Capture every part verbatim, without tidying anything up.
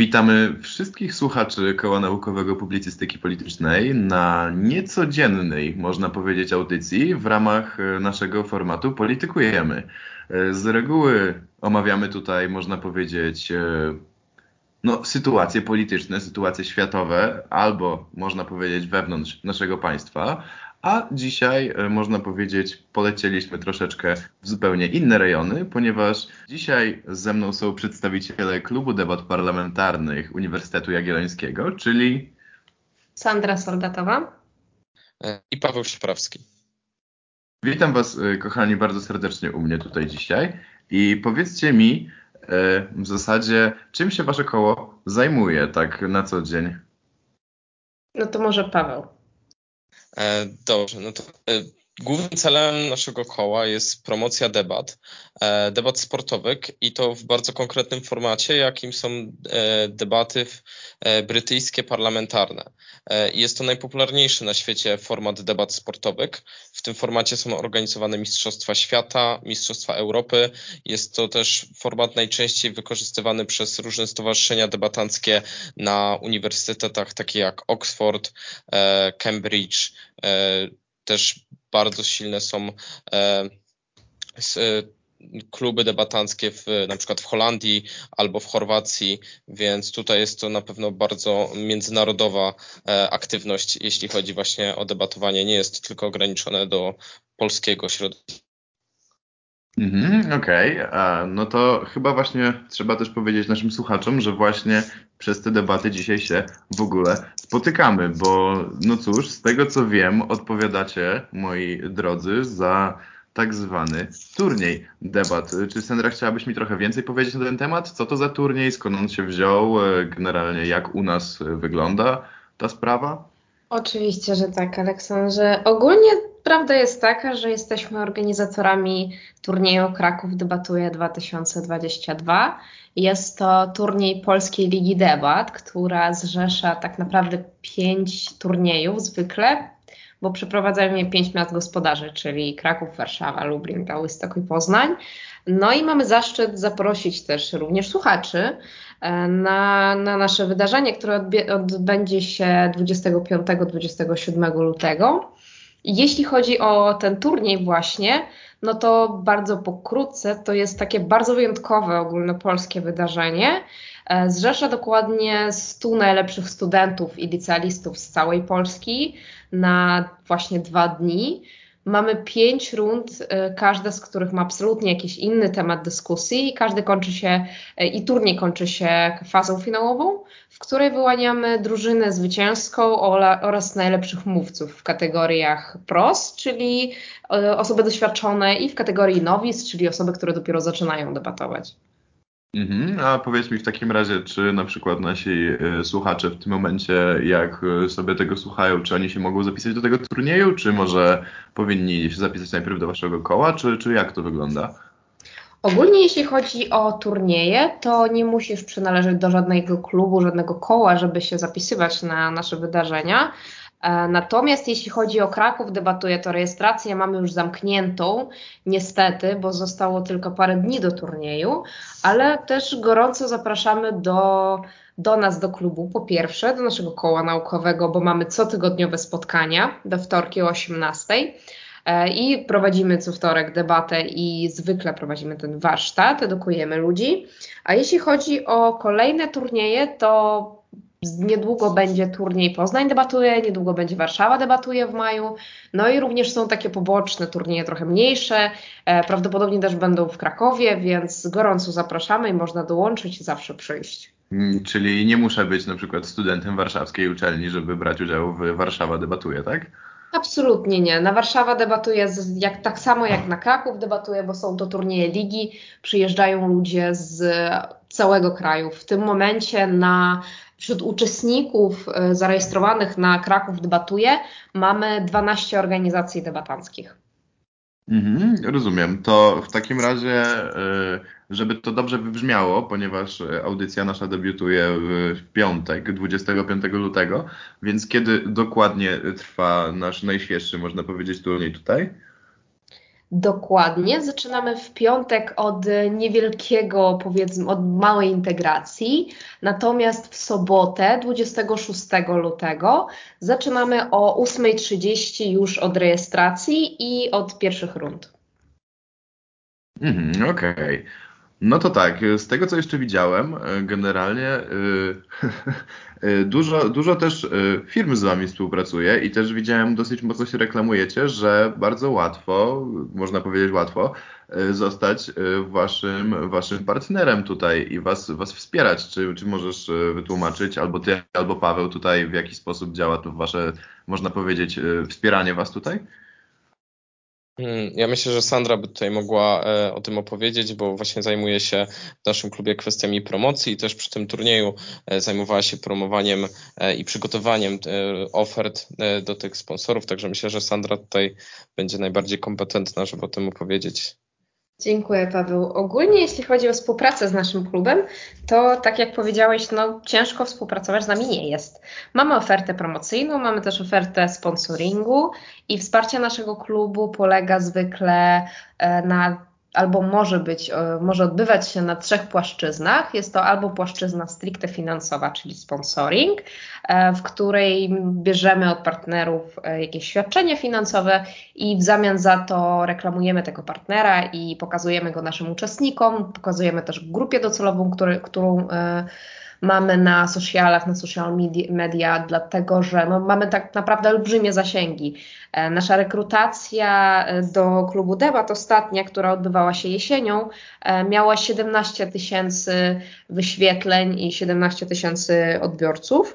Witamy wszystkich słuchaczy Koła Naukowego Publicystyki Politycznej na niecodziennej, można powiedzieć, audycji w ramach naszego formatu Politykujemy. Z reguły omawiamy tutaj, można powiedzieć, no, sytuacje polityczne, sytuacje światowe, albo można powiedzieć wewnątrz naszego państwa, a dzisiaj, można powiedzieć, polecieliśmy troszeczkę w zupełnie inne rejony, ponieważ dzisiaj ze mną są przedstawiciele Klubu Debat Parlamentarnych Uniwersytetu Jagiellońskiego, czyli Sandra Soldatowa i Paweł Szaprawski. Witam Was, kochani, bardzo serdecznie u mnie tutaj dzisiaj i powiedzcie mi w zasadzie, czym się Wasze koło zajmuje tak na co dzień? No to może Paweł. E, dobrze, no to e, głównym celem naszego koła jest promocja debat, e, debat sportowych i to w bardzo konkretnym formacie, jakim są e, debaty w, e, brytyjskie parlamentarne. E, jest to najpopularniejszy na świecie format debat sportowych. W tym formacie są organizowane Mistrzostwa Świata, Mistrzostwa Europy. Jest to też format najczęściej wykorzystywany przez różne stowarzyszenia debatanckie na uniwersytetach takie jak Oxford, e, Cambridge. E, też bardzo silne są e, s, e, kluby debatanckie w, na przykład w Holandii albo w Chorwacji, więc tutaj jest to na pewno bardzo międzynarodowa e, aktywność, jeśli chodzi właśnie o debatowanie. Nie jest to tylko ograniczone do polskiego środowiska. Mhm, okej, okay. No to chyba właśnie trzeba też powiedzieć naszym słuchaczom, że właśnie przez te debaty dzisiaj się w ogóle spotykamy, bo no cóż, z tego co wiem, odpowiadacie, moi drodzy, za tak zwany turniej debat. Czy Sandra, chciałabyś mi trochę więcej powiedzieć na ten temat? Co to za turniej, skąd on się wziął, generalnie jak u nas wygląda ta sprawa? Oczywiście, że tak, Aleksandrze. Ogólnie prawda jest taka, że jesteśmy organizatorami turnieju Kraków Debatuje dwa tysiące dwudziesty drugi. Jest to turniej Polskiej Ligi Debat, która zrzesza tak naprawdę pięć turniejów zwykle, bo przeprowadzają je pięć miast gospodarzy, czyli Kraków, Warszawa, Lublin, Białystok i Poznań. No i mamy zaszczyt zaprosić też również słuchaczy na, na nasze wydarzenie, które odbie- odbędzie się dwudziestego piątego do dwudziestego siódmego lutego. Jeśli chodzi o ten turniej właśnie, no to bardzo pokrótce, to jest takie bardzo wyjątkowe ogólnopolskie wydarzenie. Zrzesza dokładnie stu najlepszych studentów i licealistów z całej Polski na właśnie dwa dni. Mamy pięć rund, każda z których ma absolutnie jakiś inny temat dyskusji i każdy kończy się, i turniej kończy się fazą finałową, w której wyłaniamy drużynę zwycięską oraz najlepszych mówców w kategoriach pros, czyli osoby doświadczone, i w kategorii nowice, czyli osoby, które dopiero zaczynają debatować. Mhm. A powiedz mi w takim razie, czy na przykład nasi y, słuchacze w tym momencie, jak y, sobie tego słuchają, czy oni się mogą zapisać do tego turnieju, czy może powinni się zapisać najpierw do waszego koła, czy, czy jak to wygląda? Ogólnie jeśli chodzi o turnieje, to nie musisz przynależeć do żadnego klubu, żadnego koła, żeby się zapisywać na nasze wydarzenia. Natomiast jeśli chodzi o Kraków Debatuje, to rejestrację mamy już zamkniętą, niestety, bo zostało tylko parę dni do turnieju, ale też gorąco zapraszamy do, do nas, do klubu, po pierwsze, do naszego koła naukowego, bo mamy cotygodniowe spotkania, we wtorki o osiemnastej. I prowadzimy co wtorek debatę i zwykle prowadzimy ten warsztat, edukujemy ludzi. A jeśli chodzi o kolejne turnieje, to niedługo będzie turniej Poznań Debatuje, niedługo będzie Warszawa Debatuje w maju. No i również są takie poboczne turnieje trochę mniejsze, prawdopodobnie też będą w Krakowie, więc gorąco zapraszamy i można dołączyć i zawsze przyjść. Czyli nie muszę być na przykład studentem warszawskiej uczelni, żeby brać udział w Warszawa Debatuje, tak? Absolutnie nie. Na Warszawa debatuje z, jak, tak samo jak na Kraków debatuje, bo są to turnieje ligi. Przyjeżdżają ludzie z całego kraju. W tym momencie na, wśród uczestników y, zarejestrowanych na Kraków debatuje mamy dwanaście organizacji debatanckich. Mhm, rozumiem. To w takim razie, żeby to dobrze wybrzmiało, ponieważ audycja nasza debiutuje w piątek, dwudziestego piątego lutego, więc kiedy dokładnie trwa nasz najświeższy, można powiedzieć, turniej tutaj? Dokładnie. Zaczynamy w piątek od niewielkiego, powiedzmy, od małej integracji. Natomiast w sobotę, dwudziestego szóstego lutego, zaczynamy o ósma trzydzieści już od rejestracji i od pierwszych rund. Mhm, okej. Okay. No to tak, z tego co jeszcze widziałem, generalnie yy, dużo, dużo też firm z wami współpracuje i też widziałem, dosyć mocno się reklamujecie, że bardzo łatwo, można powiedzieć łatwo, zostać waszym, waszym partnerem tutaj i was, was wspierać. Czy, czy możesz wytłumaczyć, albo ty, albo Paweł tutaj, w jaki sposób działa to wasze, można powiedzieć, wspieranie was tutaj? Ja myślę, że Sandra by tutaj mogła o tym opowiedzieć, bo właśnie zajmuje się w naszym klubie kwestiami promocji i też przy tym turnieju zajmowała się promowaniem i przygotowaniem ofert do tych sponsorów, także myślę, że Sandra tutaj będzie najbardziej kompetentna, żeby o tym opowiedzieć. Dziękuję, Paweł. Ogólnie jeśli chodzi o współpracę z naszym klubem, to tak jak powiedziałeś, no ciężko współpracować z nami nie jest. Mamy ofertę promocyjną, mamy też ofertę sponsoringu i wsparcie naszego klubu polega zwykle na, albo może być, może odbywać się na trzech płaszczyznach. Jest to albo płaszczyzna stricte finansowa, czyli sponsoring, w której bierzemy od partnerów jakieś świadczenie finansowe i w zamian za to reklamujemy tego partnera i pokazujemy go naszym uczestnikom, pokazujemy też grupie docelową, który, którą mamy na socialach, na social media, dlatego że no, mamy tak naprawdę olbrzymie zasięgi. Nasza rekrutacja do klubu Debat ostatnia, która odbywała się jesienią, miała siedemnaście tysięcy wyświetleń i siedemnaście tysięcy odbiorców.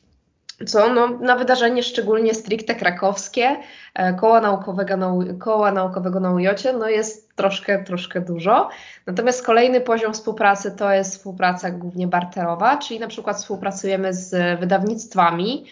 Co no, na wydarzenie szczególnie stricte krakowskie, koła naukowego na, koła naukowego na U J-cie, no jest troszkę, troszkę dużo. Natomiast kolejny poziom współpracy to jest współpraca głównie barterowa, czyli na przykład współpracujemy z wydawnictwami,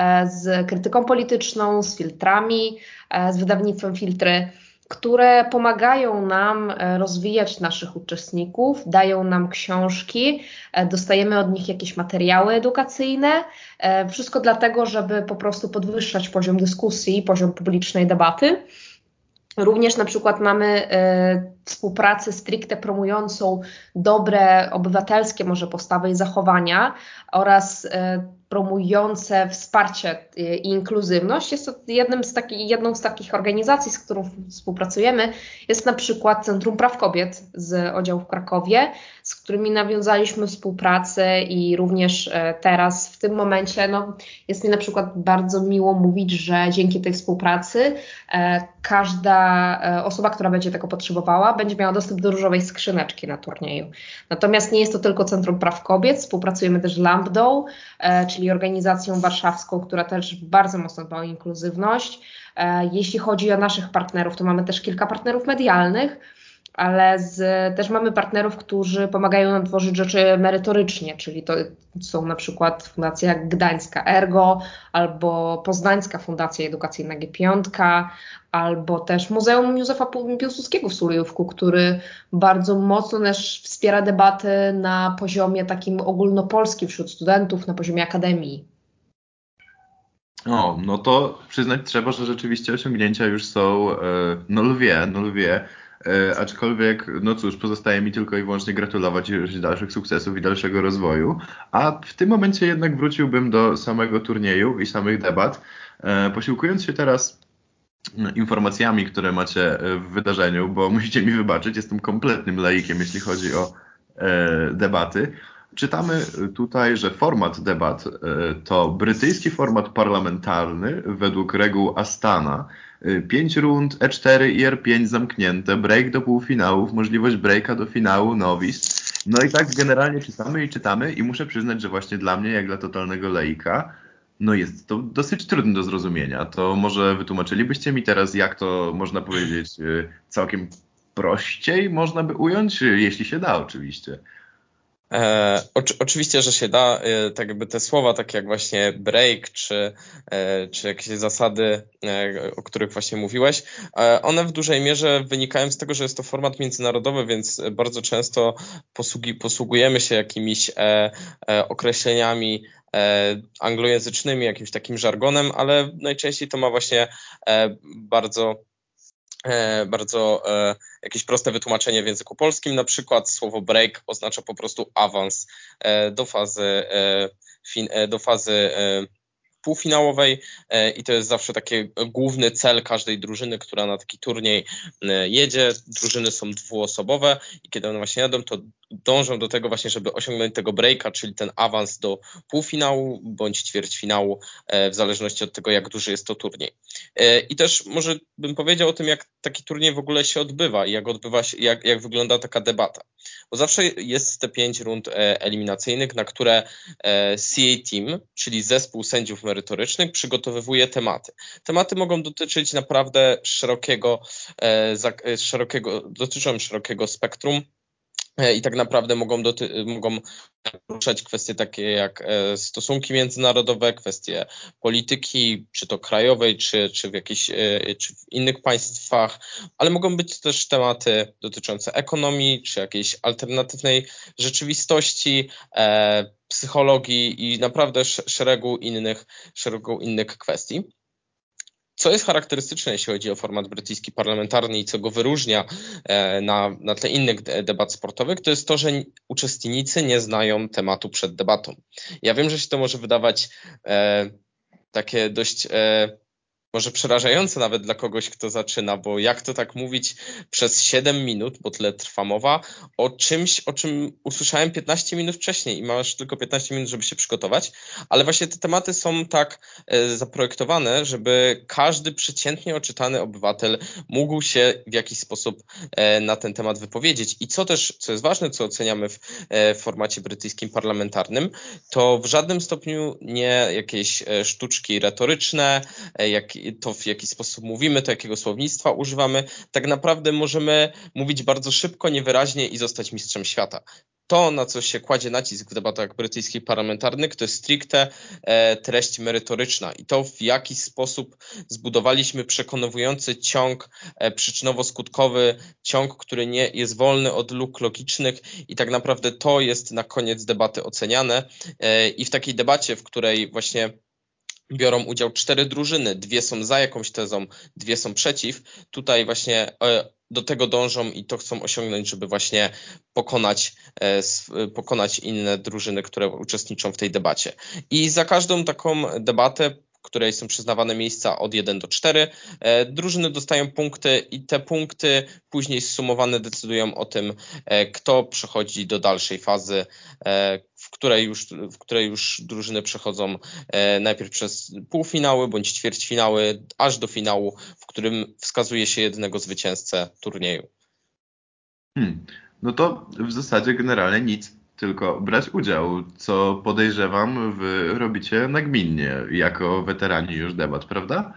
z krytyką polityczną, z filtrami, z wydawnictwem Filtry, które pomagają nam rozwijać naszych uczestników, dają nam książki, dostajemy od nich jakieś materiały edukacyjne. Wszystko dlatego, żeby po prostu podwyższać poziom dyskusji, poziom publicznej debaty. Również na przykład mamy y, współpracę stricte promującą dobre obywatelskie może postawy i zachowania oraz y, promujące wsparcie i inkluzywność. Jest to jednym z taki, jedną z takich organizacji, z którą współpracujemy, jest na przykład Centrum Praw Kobiet z oddziału w Krakowie, z którymi nawiązaliśmy współpracę i również teraz w tym momencie no, jest mi na przykład bardzo miło mówić, że dzięki tej współpracy każda osoba, która będzie tego potrzebowała, będzie miała dostęp do różowej skrzyneczki na turnieju. Natomiast nie jest to tylko Centrum Praw Kobiet, współpracujemy też z Lambdą, czyli organizacją warszawską, która też bardzo mocno dba o inkluzywność. Jeśli chodzi o naszych partnerów, to mamy też kilka partnerów medialnych, ale z, też mamy partnerów, którzy pomagają nam tworzyć rzeczy merytorycznie, czyli to są na przykład Fundacja Gdańska Ergo, albo Poznańska Fundacja Edukacyjna G pięć, albo też Muzeum Józefa Piłsudskiego w Sulejówku, który bardzo mocno też wspiera debaty na poziomie takim ogólnopolskim wśród studentów, na poziomie akademii. O, no to przyznać trzeba, że rzeczywiście osiągnięcia już są no lwie, no lwie. E, aczkolwiek, no cóż, pozostaje mi tylko i wyłącznie gratulować i życzyć dalszych sukcesów i dalszego rozwoju. A w tym momencie jednak wróciłbym do samego turnieju i samych debat. E, posiłkując się teraz informacjami, które macie w wydarzeniu, bo musicie mi wybaczyć, jestem kompletnym laikiem, jeśli chodzi o e, debaty. Czytamy tutaj, że format debat e, to brytyjski format parlamentarny według reguł Astana. Pięć rund, E cztery i R pięć zamknięte, break do półfinałów, możliwość breaka do finału, nowice. No i tak generalnie czytamy i czytamy i muszę przyznać, że właśnie dla mnie, jak dla totalnego laika, no jest to dosyć trudne do zrozumienia. To może wytłumaczylibyście mi teraz, jak to można powiedzieć całkiem prościej można by ująć, jeśli się da oczywiście. E, oczy, oczywiście, że się da, e, tak jakby te słowa, takie jak właśnie break, czy, e, czy jakieś zasady, e, o których właśnie mówiłeś, e, one w dużej mierze wynikają z tego, że jest to format międzynarodowy, więc bardzo często posługi, posługujemy się jakimiś e, e, określeniami e, anglojęzycznymi, jakimś takim żargonem, ale najczęściej to ma właśnie e, bardzo e, bardzo e, jakieś proste wytłumaczenie w języku polskim. Na przykład słowo break oznacza po prostu awans e, do fazy, e, fin, e, do fazy e, półfinałowej i to jest zawsze taki główny cel każdej drużyny, która na taki turniej jedzie. Drużyny są dwuosobowe i kiedy one właśnie jadą, to dążą do tego właśnie, żeby osiągnąć tego breaka, czyli ten awans do półfinału bądź ćwierćfinału, w zależności od tego, jak duży jest to turniej. I też może bym powiedział o tym, jak taki turniej w ogóle się odbywa i jak odbywa się, jak, jak wygląda taka debata. Bo zawsze jest te pięć rund eliminacyjnych, na które C A Team, czyli zespół sędziów merytorycznych, przygotowywuje tematy. Tematy mogą dotyczyć naprawdę szerokiego, szerokiego dotyczą szerokiego spektrum i tak naprawdę mogą, doty- mogą poruszać kwestie takie jak stosunki międzynarodowe, kwestie polityki, czy to krajowej, czy, czy, w jakichś, czy w innych państwach, ale mogą być też tematy dotyczące ekonomii, czy jakiejś alternatywnej rzeczywistości, e, psychologii i naprawdę szeregu innych, szeregu innych kwestii. Co jest charakterystyczne, jeśli chodzi o format brytyjski parlamentarny i co go wyróżnia na, na tle innych debat sportowych, to jest to, że uczestnicy nie znają tematu przed debatą. Ja wiem, że się to może wydawać e, takie dość e, może przerażające nawet dla kogoś, kto zaczyna, bo jak to tak mówić przez siedem minut, bo tyle trwa mowa, o czymś, o czym usłyszałem piętnaście minut wcześniej i masz tylko piętnaście minut, żeby się przygotować, ale właśnie te tematy są tak e, zaprojektowane, żeby każdy przeciętnie oczytany obywatel mógł się w jakiś sposób e, na ten temat wypowiedzieć. I co też, co jest ważne, co oceniamy w, e, w formacie brytyjskim parlamentarnym, to w żadnym stopniu nie jakieś e, sztuczki retoryczne, e, jak to w jaki sposób mówimy, to jakiego słownictwa używamy. Tak naprawdę możemy mówić bardzo szybko, niewyraźnie i zostać mistrzem świata. To, na co się kładzie nacisk w debatach brytyjskich parlamentarnych, to jest stricte e, treść merytoryczna i to, w jaki sposób zbudowaliśmy przekonujący ciąg e, przyczynowo-skutkowy, ciąg, który nie jest wolny od luk logicznych i tak naprawdę to jest na koniec debaty oceniane e, i w takiej debacie, w której właśnie biorą udział cztery drużyny, dwie są za jakąś tezą, dwie są przeciw. Tutaj właśnie do tego dążą i to chcą osiągnąć, żeby właśnie pokonać, pokonać inne drużyny, które uczestniczą w tej debacie. I za każdą taką debatę, której są przyznawane miejsca od jeden do czterech, drużyny dostają punkty i te punkty później zsumowane decydują o tym, kto przechodzi do dalszej fazy, w której już, w której już drużyny przechodzą najpierw przez półfinały bądź ćwierćfinały, aż do finału, w którym wskazuje się jednego zwycięzcę turnieju. Hmm. No to w zasadzie generalnie nic, tylko brać udział, co podejrzewam wy robicie nagminnie, jako weterani już debat, prawda?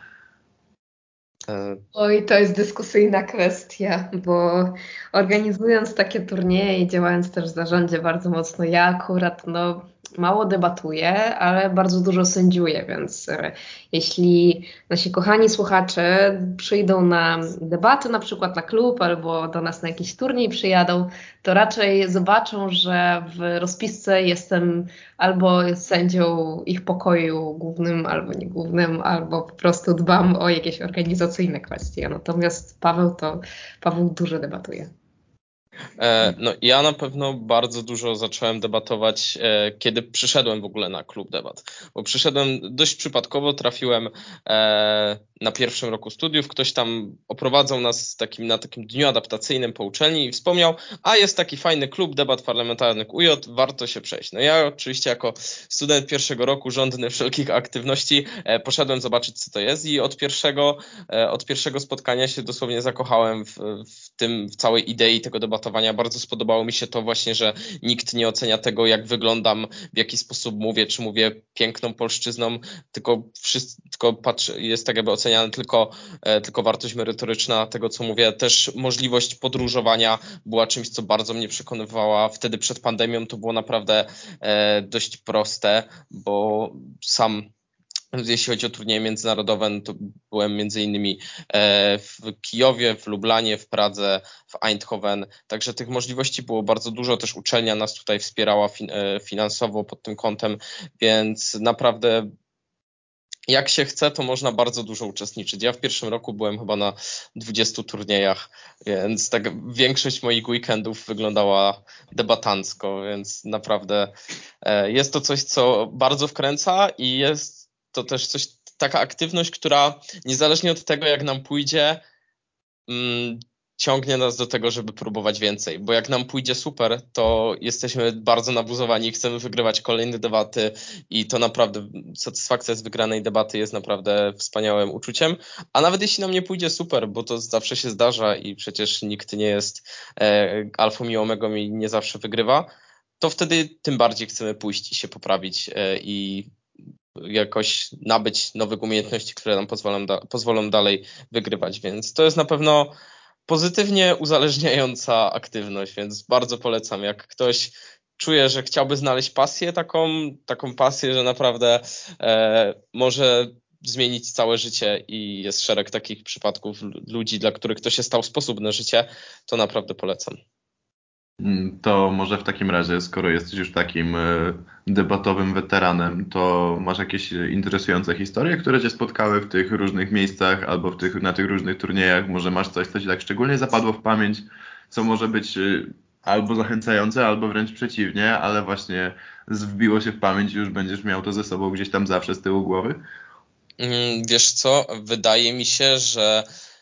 Oj, to jest dyskusyjna kwestia, bo organizując takie turnieje i działając też w zarządzie bardzo mocno, ja akurat no, mało debatuję, ale bardzo dużo sędziuję, więc e, jeśli nasi kochani słuchacze przyjdą na debaty, na przykład na klub albo do nas na jakiś turniej przyjadą, to raczej zobaczą, że w rozpisce jestem albo sędzią ich pokoju głównym, albo nie głównym, albo po prostu dbam o jakieś organizacyjne kwestie. Natomiast Paweł to, Paweł dużo debatuje. No ja na pewno bardzo dużo zacząłem debatować, kiedy przyszedłem w ogóle na klub debat, bo przyszedłem dość przypadkowo, trafiłem na pierwszym roku studiów, ktoś tam oprowadzał nas takim, na takim dniu adaptacyjnym po uczelni i wspomniał, a jest taki fajny klub debat parlamentarnych U J, warto się przejść. No ja oczywiście jako student pierwszego roku, żądny wszelkich aktywności, poszedłem zobaczyć, co to jest i od pierwszego, od pierwszego spotkania się dosłownie zakochałem w, w tym, w całej idei tego debatowania. Bardzo spodobało mi się to właśnie, że nikt nie ocenia tego, jak wyglądam, w jaki sposób mówię, czy mówię piękną polszczyzną, tylko wszystko patrzy, jest tak jakby oceniane tylko, tylko wartość merytoryczna tego, co mówię. Też możliwość podróżowania była czymś, co bardzo mnie przekonywała. Wtedy przed pandemią to było naprawdę dość proste, bo sam jeśli chodzi o turnieje międzynarodowe, no to byłem między innymi w Kijowie, w Lublanie, w Pradze, w Eindhoven, także tych możliwości było bardzo dużo, też uczelnia nas tutaj wspierała finansowo pod tym kątem, więc naprawdę jak się chce, to można bardzo dużo uczestniczyć. Ja w pierwszym roku byłem chyba na dwudziestu turniejach, więc tak większość moich weekendów wyglądała debatancko, więc naprawdę jest to coś, co bardzo wkręca i jest to też coś, taka aktywność, która niezależnie od tego, jak nam pójdzie, mm, ciągnie nas do tego, żeby próbować więcej, bo jak nam pójdzie super, to jesteśmy bardzo nabuzowani, chcemy wygrywać kolejne debaty i to naprawdę satysfakcja z wygranej debaty jest naprawdę wspaniałym uczuciem, a nawet jeśli nam nie pójdzie super, bo to zawsze się zdarza i przecież nikt nie jest e, alfą i omegą i nie zawsze wygrywa, to wtedy tym bardziej chcemy pójść i się poprawić e, i jakoś nabyć nowych umiejętności, które nam pozwolą, da- pozwolą dalej wygrywać, więc to jest na pewno pozytywnie uzależniająca aktywność, więc bardzo polecam. Jak ktoś czuje, że chciałby znaleźć pasję taką, taką pasję, że naprawdę e, może zmienić całe życie i jest szereg takich przypadków ludzi, dla których to się stał sposób na życie, to naprawdę polecam. To może w takim razie, skoro jesteś już takim e, debatowym weteranem, to masz jakieś interesujące historie, które cię spotkały w tych różnych miejscach albo w tych, na tych różnych turniejach? Może masz coś, co ci tak szczególnie zapadło w pamięć, co może być e, albo zachęcające, albo wręcz przeciwnie, ale właśnie wbiło się w pamięć i już będziesz miał to ze sobą gdzieś tam zawsze z tyłu głowy? Wiesz co, wydaje mi się, że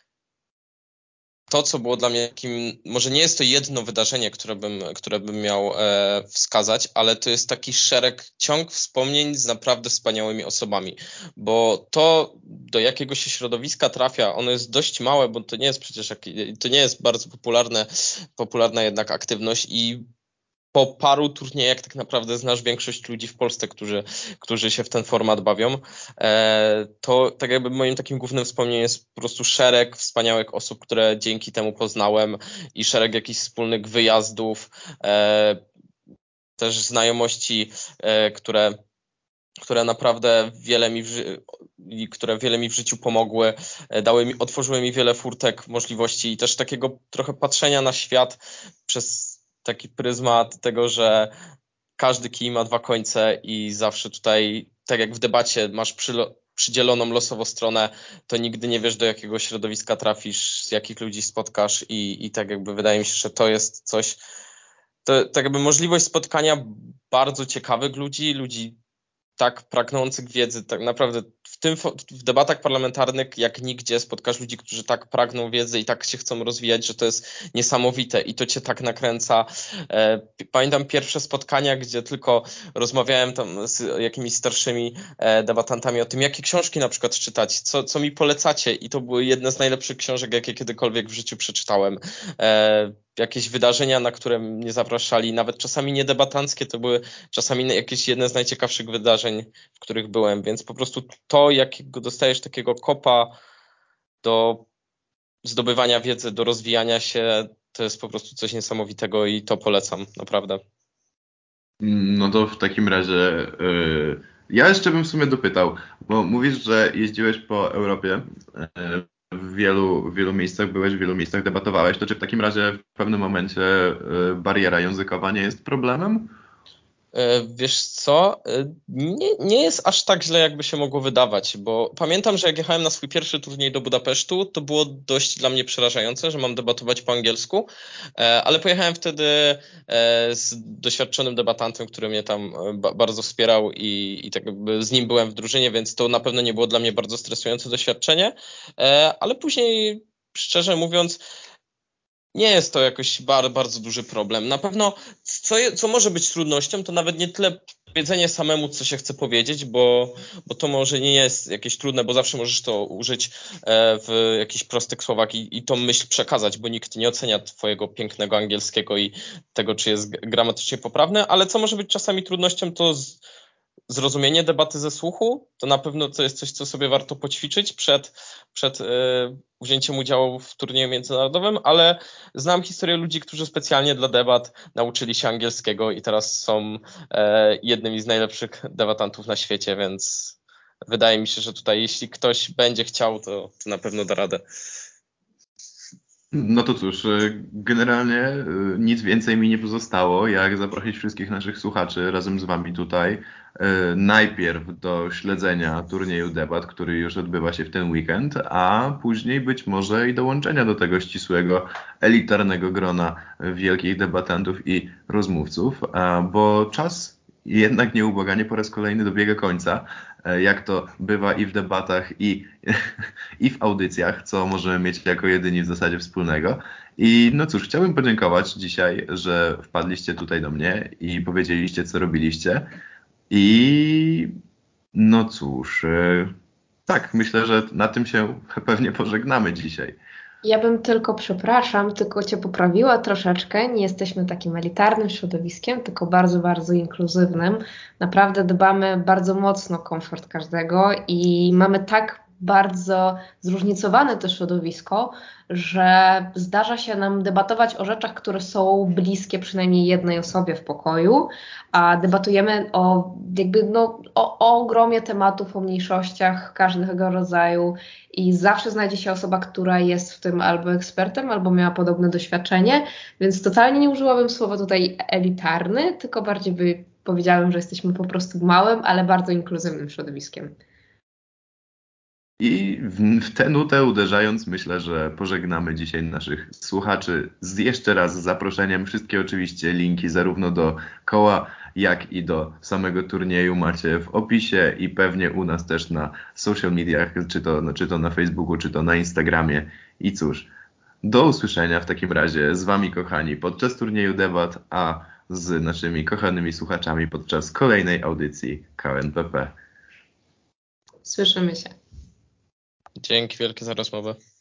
to, co było dla mnie takim, może nie jest to jedno wydarzenie, które bym, które bym miał e, wskazać, ale to jest taki szereg, ciąg wspomnień z naprawdę wspaniałymi osobami, bo to, do jakiego się środowiska trafia, ono jest dość małe, bo to nie jest przecież, to nie jest bardzo popularne, popularna jednak aktywność i po paru turniejach tak naprawdę znasz większość ludzi w Polsce, którzy, którzy się w ten format bawią. E, to tak jakby moim takim głównym wspomnieniem jest po prostu szereg wspaniałych osób, które dzięki temu poznałem i szereg jakichś wspólnych wyjazdów, e, też znajomości, e, które które naprawdę wiele mi w, ży- które wiele mi w życiu pomogły, e, dały mi, otworzyły mi wiele furtek, możliwości i też takiego trochę patrzenia na świat przez taki pryzmat tego, że każdy kij ma dwa końce i zawsze tutaj, tak jak w debacie, masz przylo- przydzieloną losowo stronę, to nigdy nie wiesz, do jakiego środowiska trafisz, z jakich ludzi spotkasz i, i tak jakby wydaje mi się, że to jest coś, to tak jakby możliwość spotkania bardzo ciekawych ludzi, ludzi tak pragnących wiedzy, tak naprawdę w tym w debatach parlamentarnych jak nigdzie spotkasz ludzi, którzy tak pragną wiedzy i tak się chcą rozwijać, że to jest niesamowite i to cię tak nakręca. Pamiętam pierwsze spotkania, gdzie tylko rozmawiałem tam z jakimiś starszymi debatantami o tym, jakie książki na przykład czytać, co, co mi polecacie i to były jedne z najlepszych książek, jakie kiedykolwiek w życiu przeczytałem. Jakieś wydarzenia, na które mnie zapraszali, nawet czasami nie debatanckie, to były czasami jakieś jedne z najciekawszych wydarzeń, w których byłem, więc po prostu to, jakiego dostajesz takiego kopa do zdobywania wiedzy, do rozwijania się, to jest po prostu coś niesamowitego i to polecam, naprawdę. No to w takim razie yy, ja jeszcze bym w sumie dopytał, bo mówisz, że jeździłeś po Europie, yy, w wielu, w wielu miejscach byłeś, w wielu miejscach debatowałeś, to czy w takim razie w pewnym momencie yy, bariera językowa nie jest problemem? Wiesz co, nie, nie jest aż tak źle, jakby się mogło wydawać, bo pamiętam, że jak jechałem na swój pierwszy turniej do Budapesztu, to było dość dla mnie przerażające, że mam debatować po angielsku, ale pojechałem wtedy z doświadczonym debatantem, który mnie tam bardzo wspierał i, i tak jakby z nim byłem w drużynie, więc to na pewno nie było dla mnie bardzo stresujące doświadczenie, ale później, szczerze mówiąc, nie jest to jakoś bardzo, bardzo duży problem. Na pewno, co, je, co może być trudnością, to nawet nie tyle powiedzenie samemu, co się chce powiedzieć, bo, bo to może nie jest jakieś trudne, bo zawsze możesz to użyć w jakichś prostych słowach i, i tą myśl przekazać, bo nikt nie ocenia twojego pięknego angielskiego i tego, czy jest gramatycznie poprawne, ale co może być czasami trudnością, to z, zrozumienie debaty ze słuchu, to na pewno to jest coś, co sobie warto poćwiczyć przed, przed e, wzięciem udziału w turnieju międzynarodowym, ale znam historię ludzi, którzy specjalnie dla debat nauczyli się angielskiego i teraz są e, jednymi z najlepszych debatantów na świecie, więc wydaje mi się, że tutaj jeśli ktoś będzie chciał, to, to na pewno da radę. No to cóż, generalnie nic więcej mi nie pozostało, jak zaprosić wszystkich naszych słuchaczy razem z Wami tutaj. Najpierw do śledzenia turnieju debat, który już odbywa się w ten weekend, a później być może i dołączenia do tego ścisłego, elitarnego grona wielkich debatantów i rozmówców, bo czas jednak nieubłaganie po raz kolejny dobiega końca, jak to bywa i w debatach, i, i w audycjach, co możemy mieć jako jedyni w zasadzie wspólnego. I no cóż, chciałbym podziękować dzisiaj, że wpadliście tutaj do mnie i powiedzieliście, co robiliście. I no cóż, tak, myślę, że na tym się pewnie pożegnamy dzisiaj. Ja bym tylko, przepraszam, tylko Cię poprawiła troszeczkę. Nie jesteśmy takim elitarnym środowiskiem, tylko bardzo, bardzo inkluzywnym. Naprawdę dbamy bardzo mocno o komfort każdego i mamy tak bardzo zróżnicowane to środowisko, że zdarza się nam debatować o rzeczach, które są bliskie przynajmniej jednej osobie w pokoju, a debatujemy o jakby no, o, o ogromie tematów, o mniejszościach każdego rodzaju i zawsze znajdzie się osoba, która jest w tym albo ekspertem, albo miała podobne doświadczenie, więc totalnie nie użyłabym słowa tutaj elitarny, tylko bardziej by powiedziałabym, że jesteśmy po prostu małym, ale bardzo inkluzywnym środowiskiem. I w, w tę nutę uderzając, myślę, że pożegnamy dzisiaj naszych słuchaczy z jeszcze raz z zaproszeniem. Wszystkie oczywiście linki zarówno do koła, jak i do samego turnieju macie w opisie i pewnie u nas też na social mediach, czy to, no, czy to na Facebooku, czy to na Instagramie. I cóż, do usłyszenia w takim razie z Wami, kochani, podczas turnieju debat, a z naszymi kochanymi słuchaczami podczas kolejnej audycji K N P P. Słyszymy się. Dzięki wielkie za rozmowę.